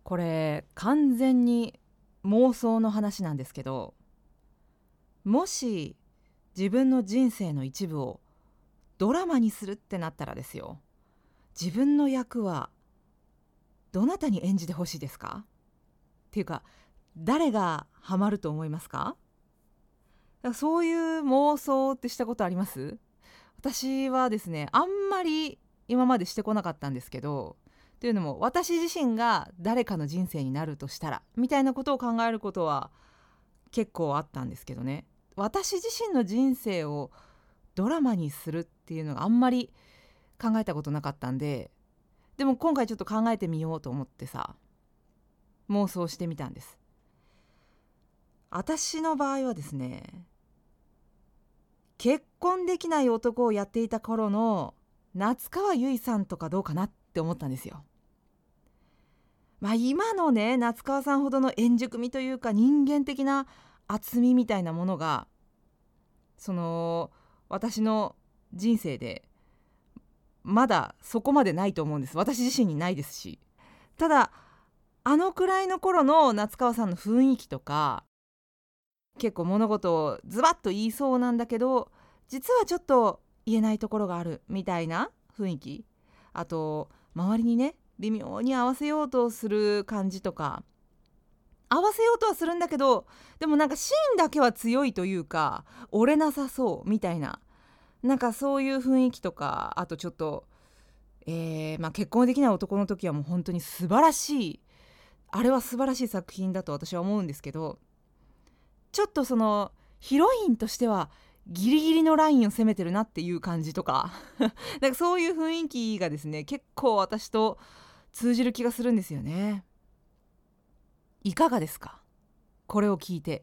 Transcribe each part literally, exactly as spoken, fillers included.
これ完全に妄想の話なんですけど、もし自分の人生の一部をドラマにするってなったらですよ、自分の役はどなたに演じてほしいですか？っていうか、誰がハマると思いますか？そういう妄想ってしたことあります？私はですね、あんまり今までしてこなかったんですけど、というのも私自身が誰かの人生になるとしたらみたいなことを考えることは結構あったんですけどね、私自身の人生をドラマにするっていうのがあんまり考えたことなかったんで、でも今回ちょっと考えてみようと思ってさ、妄想してみたんです。私の場合はですね、結婚できない男をやっていた頃の夏川由衣さんとかどうかなって思ったんですよ。まあ今のね、夏川さんほどの円熟味というか人間的な厚みみたいなものが、その私の人生でまだそこまでないと思うんです。私自身にないですし。ただあのくらいの頃の夏川さんの雰囲気とか、結構物事をズバッと言いそうなんだけど実はちょっと言えないところがあるみたいな雰囲気、あと周りにね微妙に合わせようとする感じとか、合わせようとはするんだけどでもなんか芯だけは強いというか折れなさそうみたいな、なんかそういう雰囲気とか、あとちょっと、えーまあ、結婚できない男の時はもう本当に素晴らしい、あれは素晴らしい作品だと私は思うんですけど、ちょっとそのヒロインとしてはギリギリのラインを攻めてるなっていう感じとかなんかそういう雰囲気がですね、結構私と通じる気がするんですよね。いかがですか、これを聞いて。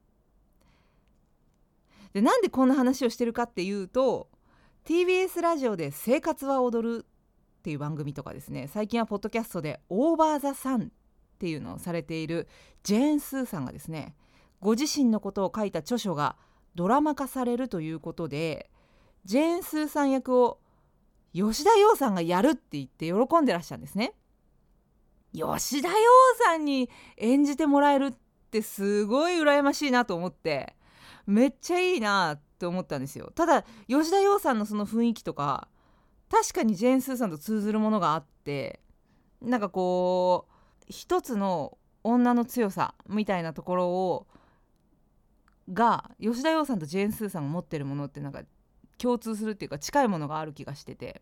で、なんでこんな話をしてるかっていうと、 ティービーエス ラジオで生活は踊るっていう番組とかですね、最近はポッドキャストでオーバーザサンっていうのをされているジェーン・スーさんがですね、ご自身のことを書いた著書がドラマ化されるということで、ジェーン・スーさん役を吉田羊さんがやるって言って喜んでらっしゃるんですね。吉田羊さんに演じてもらえるってすごい羨ましいなと思って、めっちゃいいなって思ったんですよ。ただ吉田羊さんのその雰囲気とか確かにジェーン・スーさんと通ずるものがあって、なんかこう一つの女の強さみたいなところをが吉田羊さんとジェーン・スーさんが持ってるものってなんか共通するっていうか近いものがある気がしてて、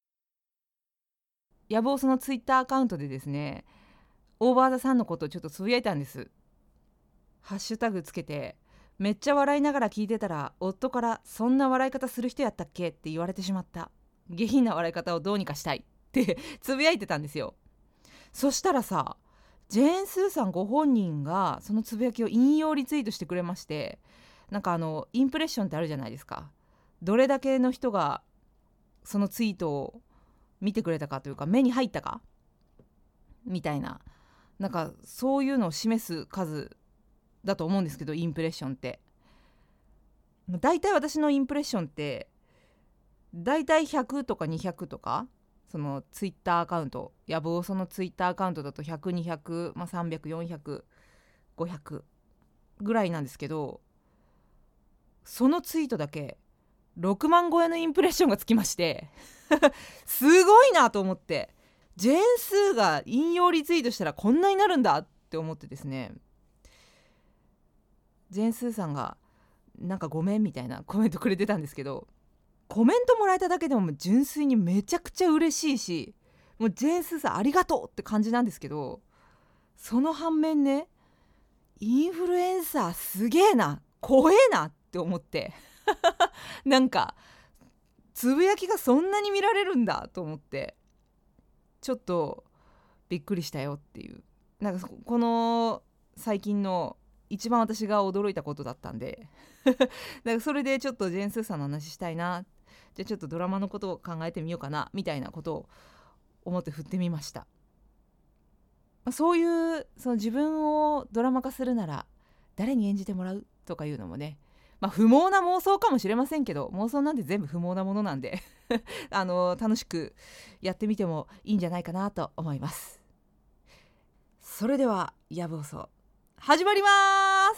野望そのツイッターアカウントでですね、オーバーザさんのことをちょっとつぶやいたんです。ハッシュタグつけて、めっちゃ笑いながら聞いてたら夫からそんな笑い方する人やったっけって言われてしまった、下品な笑い方をどうにかしたいってつぶやいてたんですよ。そしたらさ、ジェーン・スーさんご本人がそのつぶやきを引用リツイートしてくれまして、なんかあのインプレッションってあるじゃないですか、どれだけの人がそのツイートを見てくれたかというか目に入ったかみたいな、なんかそういうのを示す数だと思うんですけど、インプレッションってだいたい私のインプレッションってだいたいひゃくとかにひゃくとか、そのツイッターアカウント、野望そのツイッターアカウントだとひゃく、にひゃく、まあ、さんびゃく、よんひゃく、ごひゃくぐらいなんですけど、そのツイートだけろくまん超えのインプレッションがつきましてすごいなと思って、ジェーン・スーが引用リツイートしたらこんなになるんだって思ってですね、ジェーン・スーさんがなんかごめんみたいなコメントくれてたんですけど、コメントもらえただけでも純粋にめちゃくちゃ嬉しいし、もうジェーン・スーさんありがとうって感じなんですけど、その反面ね、インフルエンサーすげえな、怖えなって思ってなんかつぶやきがそんなに見られるんだと思って、ちょっとびっくりしたよっていう、なんかこの最近の一番私が驚いたことだったんでだからそれでちょっとジェーン・スーさんの話したいな、じゃあちょっとドラマのことを考えてみようかなみたいなことを思って振ってみました。そういうその自分をドラマ化するなら誰に演じてもらうとかいうのもね、まあ不毛な妄想かもしれませんけど、妄想なんて全部不毛なものなんであの楽しくやってみてもいいんじゃないかなと思います。 それではやぶおそ始まります。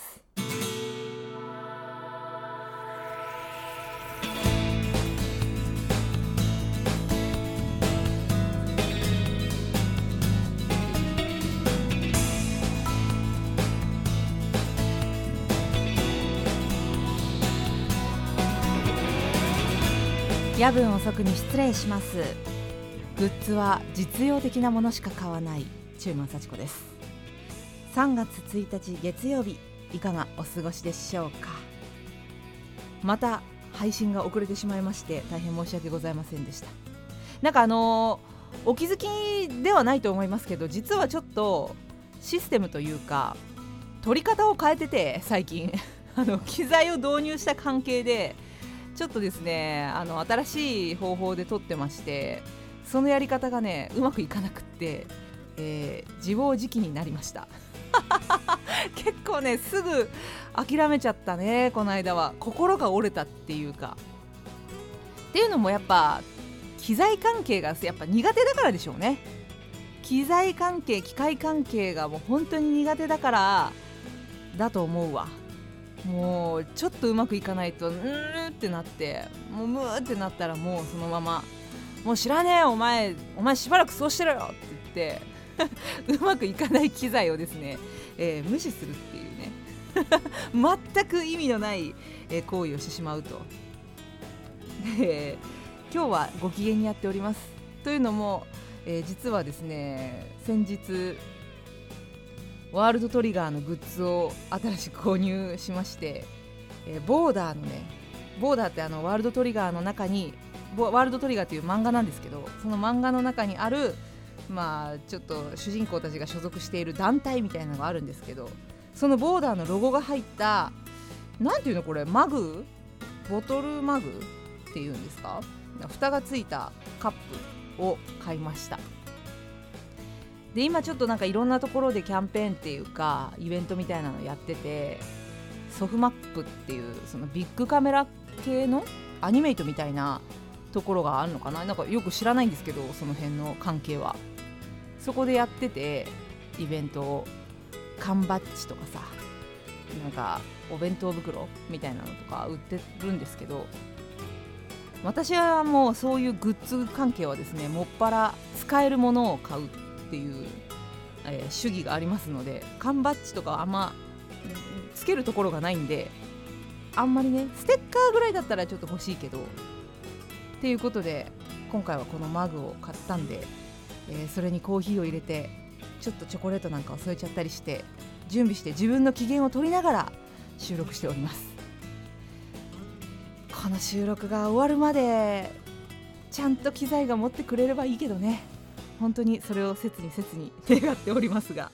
夜分遅くに失礼します。グッズは実用的なものしか買わない中馬幸子です。さんがつついたち月曜日、いかがお過ごしでしょうか。また配信が遅れてしまいまして大変申し訳ございませんでした。なんかあのー、お気づきではないと思いますけど、実はちょっとシステムというか撮り方を変えてて、最近あの機材を導入した関係でちょっとですね、あの新しい方法で撮ってまして、そのやり方がねうまくいかなくって、えー、自暴自棄になりました結構ねすぐ諦めちゃったね。この間は心が折れたっていうか、っていうのもやっぱ機材関係がやっぱ苦手だからでしょうね。機材関係、機械関係がもう本当に苦手だからだと思うわ。もうちょっとうまくいかないとうーってなって、もうムーってなったらもうそのまま、もう知らねえお前お前しばらくそうしてろよって言ってうまくいかない機材をですね、えー、無視するっていうね全く意味のない、えー、行為をしてしまうと、えー、今日はご機嫌にやっております。というのも、えー、実はですね、先日ワールドトリガーのグッズを新しく購入しまして、えー、ボーダーのね、ボーダーってあのワールドトリガーの中に、ワールドトリガーという漫画なんですけど、その漫画の中にあるまあちょっと主人公たちが所属している団体みたいなのがあるんですけど、そのボーダーのロゴが入ったなんていうのこれ、マグボトルマグっていうんですか、蓋がついたカップを買いました。で今ちょっとなんかいろんなところでキャンペーンっていうかイベントみたいなのやってて、ソフマップっていうそのビッグカメラ系のアニメイトみたいなところがあるのかな、なんかよく知らないんですけど、その辺の関係はそこでやってて、イベントを缶バッジとかさ、なんかお弁当袋みたいなのとか売ってるんですけど、私はもうそういうグッズ関係はですね、もっぱら使えるものを買うっていう、えー、主義がありますので、缶バッジとかはあんまつけるところがないんで、あんまりね、ステッカーぐらいだったらちょっと欲しいけどっていうことで、今回はこのマグを買ったんで、えー、それにコーヒーを入れてちょっとチョコレートなんかを添えちゃったりして準備して自分の機嫌を取りながら収録しております。この収録が終わるまでちゃんと機材が持ってくれればいいけどね、本当にそれを切に切に願っておりますが、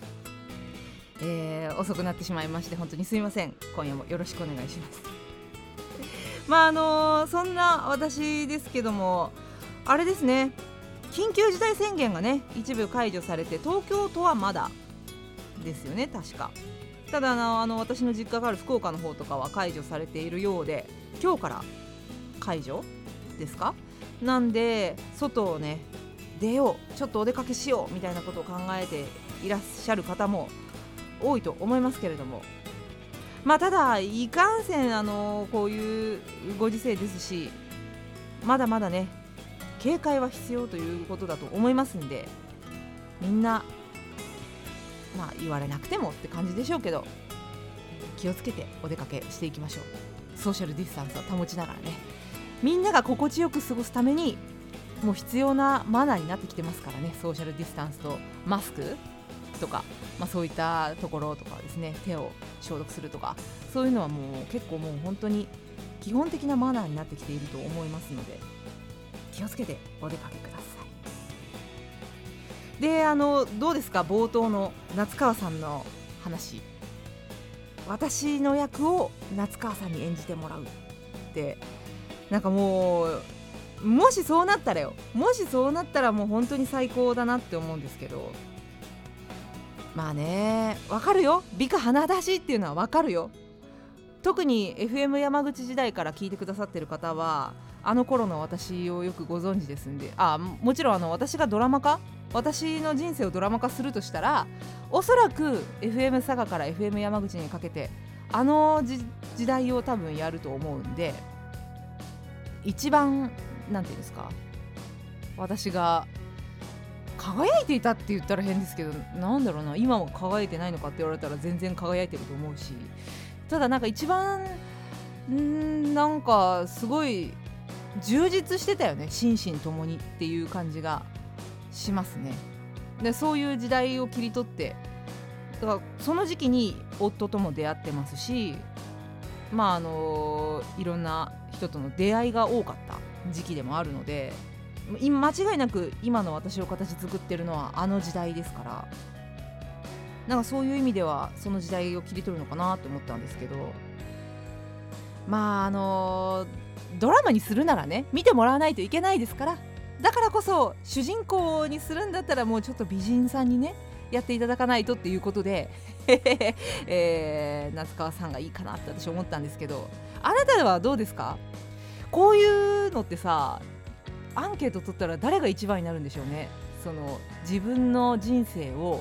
えー、遅くなってしまいまして本当にすいません。今夜もよろしくお願いします。まああのー、そんな私ですけども、あれですね、緊急事態宣言がね一部解除されて、東京都はまだですよね確か。ただあのあの私の実家がある福岡の方とかは解除されているようで、今日から解除ですか。なんで外をね出よう、ちょっとお出かけしようみたいなことを考えていらっしゃる方も多いと思いますけれども、まあただいかんせんあのこういうご時世ですし、まだまだね警戒は必要ということだと思いますんで、みんなまあ言われなくてもって感じでしょうけど、気をつけてお出かけしていきましょう。ソーシャルディスタンスを保ちながらね、みんなが心地よく過ごすためにもう必要なマナーになってきてますからね。ソーシャルディスタンスとマスクとか、まあ、そういったところとかですね、手を消毒するとか、そういうのはもう結構もう本当に基本的なマナーになってきていると思いますので、気をつけてお出かけください。で、あのどうですか、冒頭の夏川さんの話、私の役を夏川さんに演じてもらうって、なんかもうもしそうなったらよもしそうなったらもう本当に最高だなって思うんですけど、まあね、わかるよ、美化華だしっていうのはわかるよ。特に エフエム 山口時代から聞いてくださってる方はあの頃の私をよくご存知ですんで、あもちろんあの私がドラマ化私の人生をドラマ化するとしたら、おそらく エフエム 佐賀から エフエム 山口にかけてあの時代を多分やると思うんで、一番なんていうんですか、私が輝いていたって言ったら変ですけど、なんだろうな、今も輝いてないのかって言われたら全然輝いてると思うし、ただなんか一番んーなんかすごい充実してたよね、心身ともにっていう感じがしますね。でそういう時代を切り取って、だからその時期に夫とも出会ってますし、まああのいろんな人との出会いが多かった時期でもあるので、今間違いなく今の私を形作ってるのはあの時代ですから、なんかそういう意味ではその時代を切り取るのかなと思ったんですけど、まああのドラマにするならね、見てもらわないといけないですから、だからこそ主人公にするんだったらもうちょっと美人さんにねやっていただかないとっていうことで、えー、夏川さんがいいかなって私思ったんですけど、あなたはどうですか？こういうのってさ、アンケート取ったら誰が一番になるんでしょうね。その自分の人生を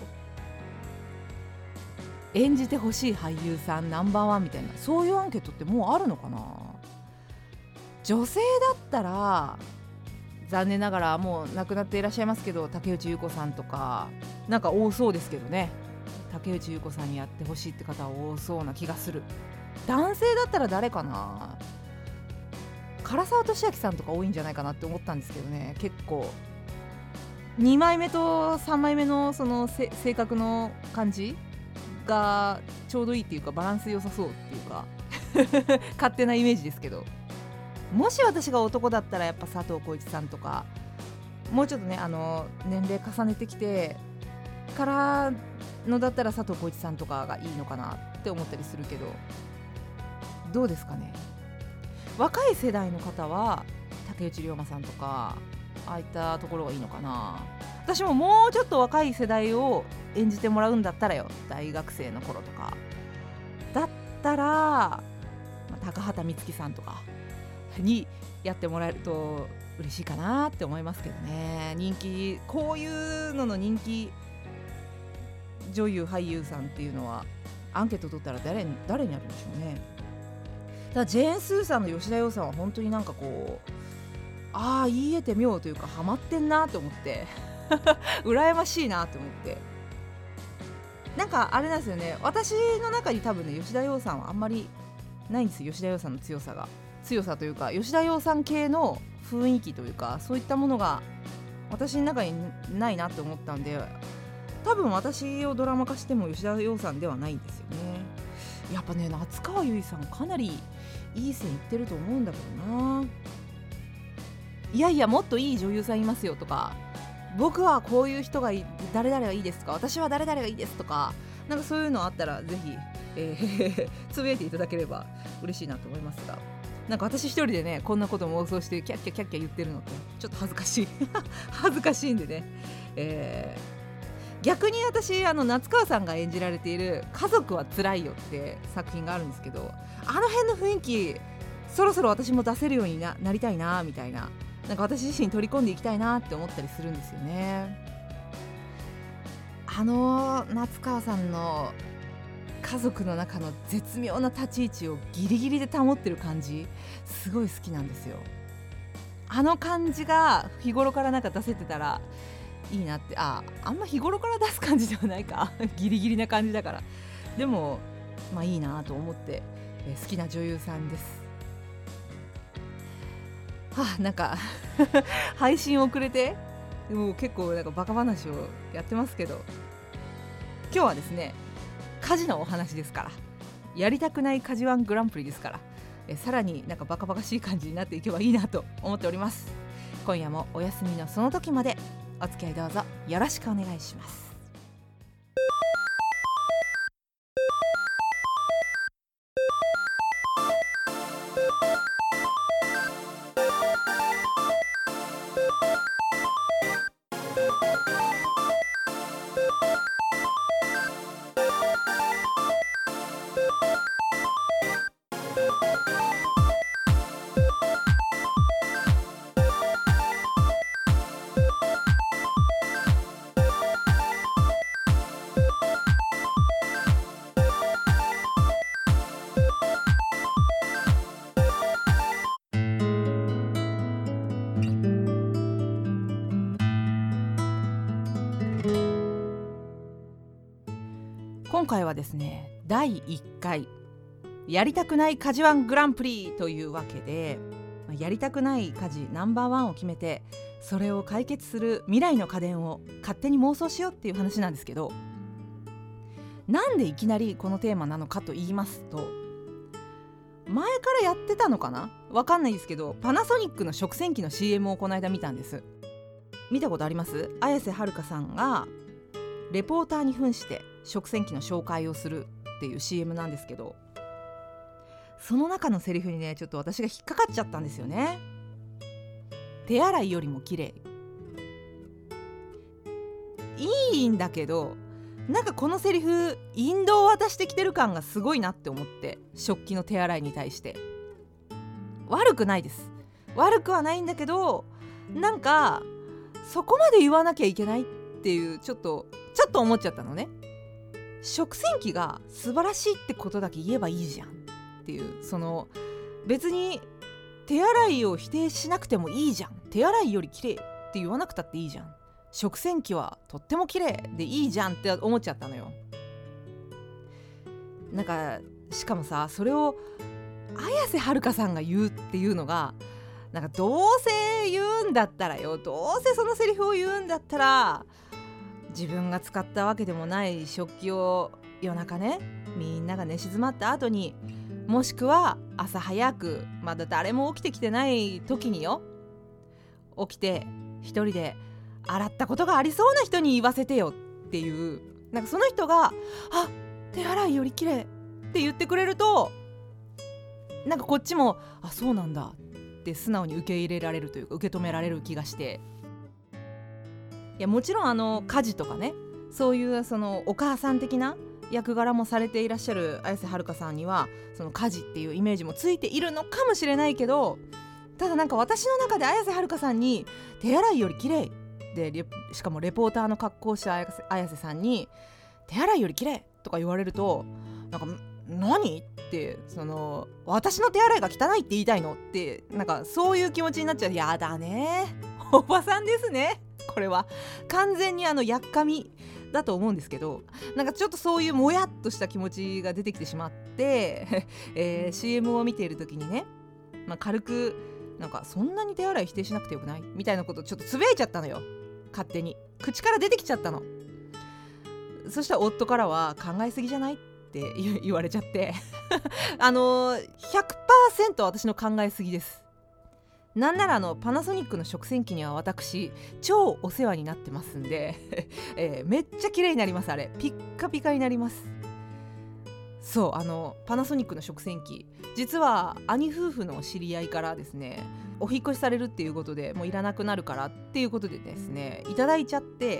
演じてほしい俳優さんナンバーワンみたいな、そういうアンケートってもうあるのかな。女性だったら残念ながらもう亡くなっていらっしゃいますけど、竹内結子さんとかなんか多そうですけどね。竹内結子さんにやってほしいって方は多そうな気がする。男性だったら誰かな。唐沢寿明さんとか多いんじゃないかなって思ったんですけどね。結構にまいめとさんまいめのその性格の感じがちょうどいいっていうか、バランス良さそうっていうか勝手なイメージですけど、もし私が男だったらやっぱ佐藤浩市さんとか、もうちょっとねあの年齢重ねてきてからのだったら佐藤浩市さんとかがいいのかなって思ったりするけど、どうですかね。若い世代の方は竹内涼真さんとかああいったところがいいのかな。私ももうちょっと若い世代を演じてもらうんだったらよ、大学生の頃とかだったら、まあ、高畑充希さんとかにやってもらえると嬉しいかなって思いますけどね。人気、こういうのの人気女優俳優さんっていうのはアンケート取ったら誰に誰になるんでしょうね。ただジェーン・スーさんの吉田羊さんは本当になんかこう、ああ言い得て妙というかハマってんなと思って羨ましいなと思って、なんかあれなんですよね、私の中に多分ね吉田羊さんはあんまりないんですよ。吉田羊さんの強さが強さというか、吉田羊さん系の雰囲気というか、そういったものが私の中にないなって思ったんで、多分私をドラマ化しても吉田羊さんではないんですよね。やっぱね、夏川由衣さんかなりいい線いってると思うんだけどな。いやいやもっといい女優さんいますよとか、僕はこういう人がい誰々がいいですとか、私は誰々がいいですとか、なんかそういうのあったらぜひ、えー、つぶやいていただければ嬉しいなと思いますが、なんか私一人でねこんなこと妄想してキャッキャキャッキャ言ってるのってちょっと恥ずかしい恥ずかしいんでね、えー、逆に私あの夏川さんが演じられている家族はつらいよって作品があるんですけど、あの辺の雰囲気そろそろ私も出せるように な, なりたいなみたいな、なんか私自身取り込んでいきたいなって思ったりするんですよね。あの夏川さんの家族の中の絶妙な立ち位置をギリギリで保ってる感じ、すごい好きなんですよ。あの感じが日頃からなんか出せてたらいいなって。ああんま日頃から出す感じではないかギリギリな感じだから、でもまあいいなと思って、え好きな女優さんです。はあ、なんか配信遅れてもう結構なんかバカ話をやってますけど、今日はですね家事のお話ですから、やりたくない家事ワングランプリですから、えさらになんかバカバカしい感じになっていけばいいなと思っております。今夜もお休みのその時までお付き合いどうぞよろしくお願いします。 今回はですね、だいいっかいやりたくない家事ワングランプリというわけで、やりたくない家事ナンバーワンを決めて、それを解決する未来の家電を勝手に妄想しようっていう話なんですけど、なんでいきなりこのテーマなのかと言いますと、前からやってたのかな、わかんないですけど、パナソニックの食洗機の シーエム をこの間見たんです。見たことあります？綾瀬はるかさんがレポーターに扮して食洗機の紹介をするっていう シーエム なんですけど、その中のセリフにね、ちょっと私が引っかかっちゃったんですよね。手洗いよりも綺麗。いいんだけど、なんかこのセリフ引導を渡してきてる感がすごいなって思って、食器の手洗いに対して悪くないです、悪くはないんだけど、なんかそこまで言わなきゃいけないっていう、ちょっとちょっと思っちゃったのね。食洗機が素晴らしいってことだけ言えばいいじゃんっていう、その別に手洗いを否定しなくてもいいじゃん、手洗いより綺麗って言わなくたっていいじゃん、食洗機はとっても綺麗でいいじゃんって思っちゃったのよ。なんかしかもさ、それを綾瀬はるかさんが言うっていうのが、なんかどうせ言うんだったらよ、どうせそのセリフを言うんだったら、自分が使ったわけでもない食器を夜中ね、みんなが寝静まった後に、もしくは朝早くまだ誰も起きてきてない時によ、起きて一人で洗ったことがありそうな人に言わせてよっていう、なんかその人が、あ、手洗いより綺麗って言ってくれると、なんかこっちも、あ、そうなんだって素直に受け入れられるというか、受け止められる気がして、いやもちろんあの家事とかね、そういうそのお母さん的な役柄もされていらっしゃる綾瀬はるかさんには、その家事っていうイメージもついているのかもしれないけど、ただなんか私の中で綾瀬はるかさんに手洗いより綺麗で、しかもレポーターの格好をした綾瀬さんに手洗いより綺麗とか言われると、なんか何って、その私の手洗いが汚いって言いたいのって、なんかそういう気持ちになっちゃう。やだね、おばさんですね、これは完全にあのやっかみだと思うんですけど、なんかちょっとそういうもやっとした気持ちが出てきてしまって、えー、シーエム を見ている時にね、まあ、軽くなんかそんなに手洗い否定しなくてよくないみたいなことをちょっとつぶやいちゃったのよ、勝手に口から出てきちゃったの。そしたら夫からは、考えすぎじゃないって言われちゃってあの ひゃくパーセント 私の考えすぎです。なんならあのパナソニックの食洗機には私超お世話になってますんで、えー、めっちゃ綺麗になります。あれピッカピカになります。そう、あのパナソニックの食洗機、実は兄夫婦の知り合いからですね、お引越しされるっていうことで、もういらなくなるからっていうことでですね、いただいちゃって、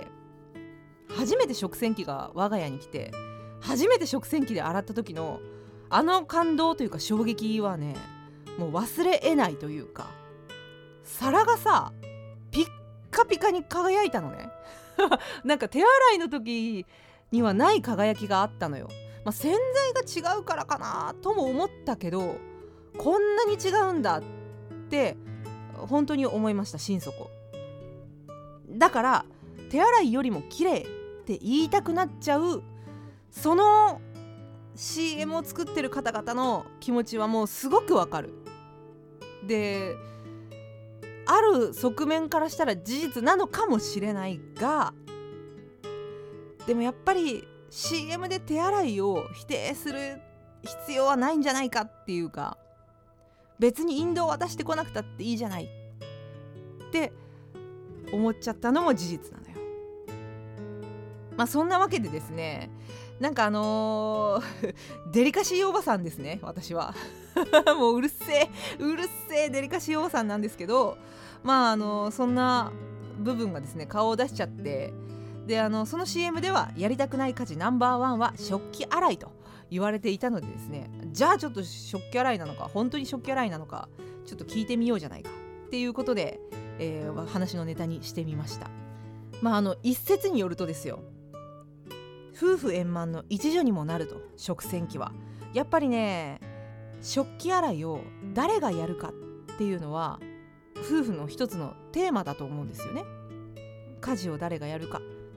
初めて食洗機が我が家に来て、初めて食洗機で洗った時のあの感動というか衝撃はね、もう忘れ得ないというか、皿がさピッカピカに輝いたのねなんか手洗いの時にはない輝きがあったのよ。まあ、洗剤が違うからかなとも思ったけど、こんなに違うんだって本当に思いました、心底。だから手洗いよりも綺麗って言いたくなっちゃう、その シーエム を作ってる方々の気持ちはもうすごくわかる。で、ある側面からしたら事実なのかもしれないが、でもやっぱり シーエム で手洗いを否定する必要はないんじゃないかっていうか、別に引導を渡してこなくたっていいじゃないって思っちゃったのも事実なのよ。まあそんなわけでですね、なんかあのー、デリカシーおばさんですね、私はもううるせえうるせえデリカシーおばさんなんですけど、まああのー、そんな部分がですね顔を出しちゃって、であのその シーエム ではやりたくない家事ナンバーワンは食器洗いと言われていたのでですね、じゃあちょっと食器洗いなのか本当に食器洗いなのかちょっと聞いてみようじゃないかっていうことで、えー、話のネタにしてみました。まああの一説によるとですよ、夫婦円満の一助にもなると、食洗機はやっぱりね、食器洗いを誰がやるかっていうのは夫婦の一つのテーマだと思うんですよね。家事を誰がやるかって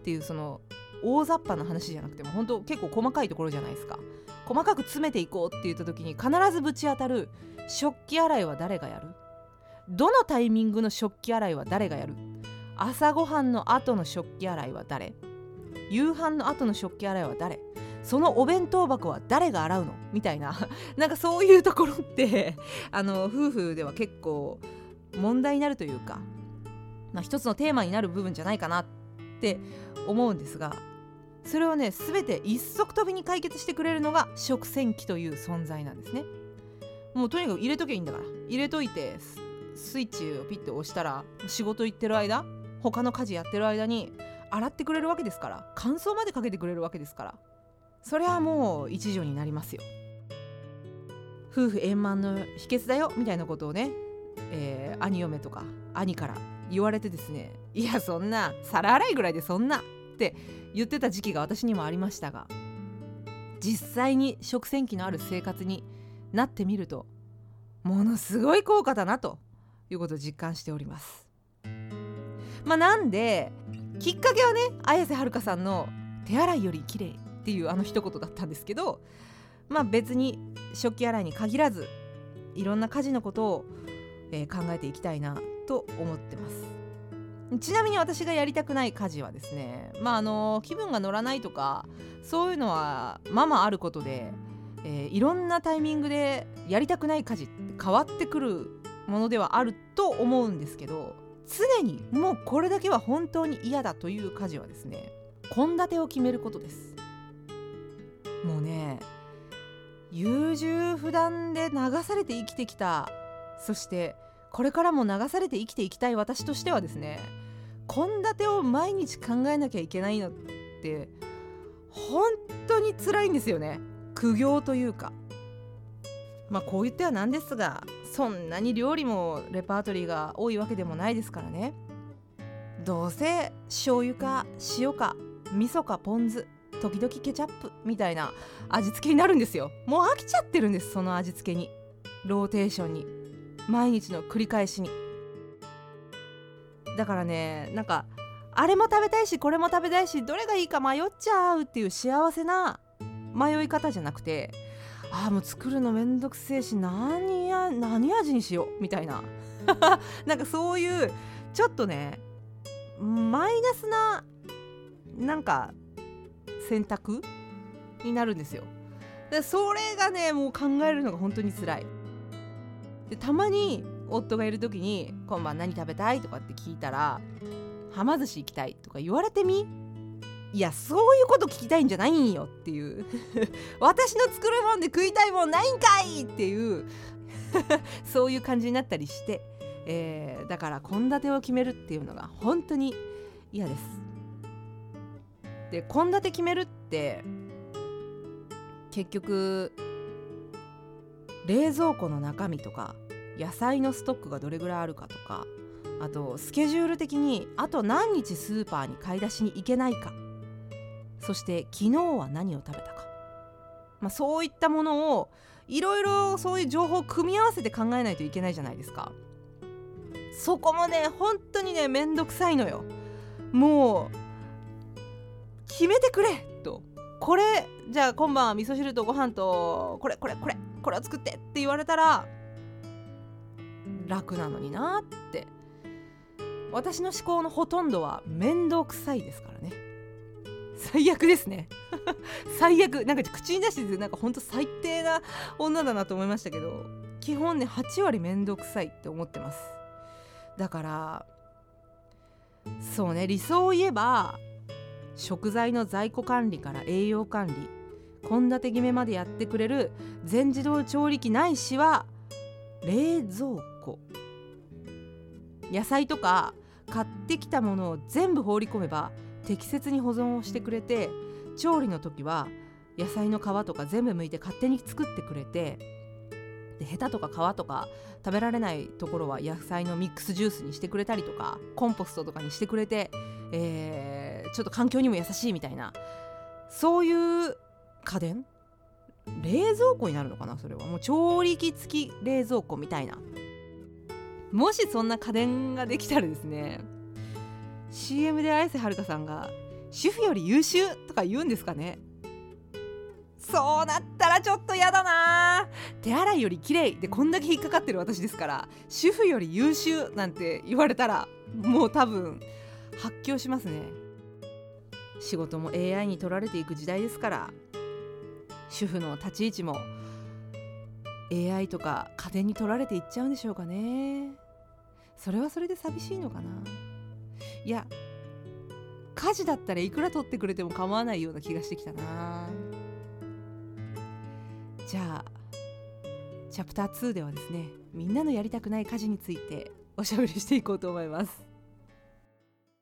っていうその大雑把な話じゃなくても本当結構細かいところじゃないですか。細かく詰めていこうって言った時に必ずぶち当たる食器洗いは誰がやる、どのタイミングの食器洗いは誰がやる、朝ごはんの後の食器洗いは誰、夕飯の後の食器洗いは誰、そのお弁当箱は誰が洗うのみたいななんかそういうところってあの夫婦では結構問題になるというか、まあ、一つのテーマになる部分じゃないかなって思うんですが、それをね全て一足飛びに解決してくれるのが食洗機という存在なんですね。もうとにかく入れとけばいいんだから、入れといてスイッチをピッて押したら仕事行ってる間、他の家事やってる間に洗ってくれるわけですから、乾燥までかけてくれるわけですから、それはもう一助になりますよ。夫婦円満の秘訣だよみたいなことをね、えー、兄嫁とか兄から言われてですね、いやそんな皿洗いぐらいでそんなって言ってた時期が私にもありましたが、実際に食洗機のある生活になってみるとものすごい効果だなということを実感しております。まあなんできっかけはね、綾瀬はるかさんの手洗いより綺麗っていうあの一言だったんですけど、まあ別に食器洗いに限らずいろんな家事のことを、えー、考えていきたいなと思ってます。ちなみに私がやりたくない家事はですね、まああの気分が乗らないとかそういうのはまあまああることで、えー、いろんなタイミングでやりたくない家事って変わってくるものではあると思うんですけど、常にもうこれだけは本当に嫌だという家事はですね、献立を決めることです。もうね、優柔不断で流されて生きてきた、そしてこれからも流されて生きていきたい私としてはですね、献立を毎日考えなきゃいけないのって本当に辛いんですよね。苦行というか、まあこう言ってはなんですが、そんなに料理もレパートリーが多いわけでもないですからね。どうせ醤油か塩か味噌かポン酢、時々ケチャップみたいな味付けになるんですよ。もう飽きちゃってるんです、その味付けに、ローテーションに、毎日の繰り返しに。だからね、なんかあれも食べたいしこれも食べたいしどれがいいか迷っちゃうっていう幸せな迷い方じゃなくて、ああもう作るのめんどくせえし何や何味にしようみたいななんかそういうちょっとねマイナスななんか選択になるんですよ。でそれがねもう考えるのが本当に辛い。でたまに夫がいる時に今晩何食べたいとかって聞いたら、はま寿司行きたいとか言われてみ、いやそういうこと聞きたいんじゃないんよっていう私の作るもんで食いたいもんないんかいっていうそういう感じになったりして、えー、だから献立を決めるっていうのが本当に嫌です。で献立決めるって結局冷蔵庫の中身とか野菜のストックがどれぐらいあるかとか、あとスケジュール的にあと何日スーパーに買い出しに行けないか、そして昨日は何を食べたか、まあ、そういったものをいろいろそういう情報を組み合わせて考えないといけないじゃないですか。そこもね本当にねめんどくさいのよ。もう決めてくれと、これじゃあ今晩は味噌汁とご飯とこれこれこれこれを作ってって言われたら楽なのになって。私の思考のほとんどは面倒くさいですからね。最悪ですね最悪、なんか口に出してなんかほんと最低な女だなと思いましたけど、基本ねはち割面倒くさいって思ってます。だからそうね、理想を言えば食材の在庫管理から栄養管理、献立決めまでやってくれる全自動調理器ないしは冷蔵庫、野菜とか買ってきたものを全部放り込めば適切に保存をしてくれて、調理の時は野菜の皮とか全部剥いて勝手に作ってくれて、でヘタとか皮とか食べられないところは野菜のミックスジュースにしてくれたりとかコンポストとかにしてくれて、えー、ちょっと環境にも優しいみたいな、そういう家電、冷蔵庫になるのかな、それはもう調理器付き冷蔵庫みたいな。もしそんな家電ができたらですね、 シーエム で綾瀬はるかさんが主婦より優秀とか言うんですかね。そうなったらちょっとやだな。手洗いより綺麗でこんだけ引っかかってる私ですから、主婦より優秀なんて言われたらもう多分発狂しますね。仕事も エーアイ に取られていく時代ですから、主婦の立ち位置も エーアイ とか家電に取られていっちゃうんでしょうかね。それはそれで寂しいのかな。いや、家事だったらいくら取ってくれても構わないような気がしてきたな。じゃあチャプターツーではですね、みんなのやりたくない家事についておしゃべりしていこうと思います。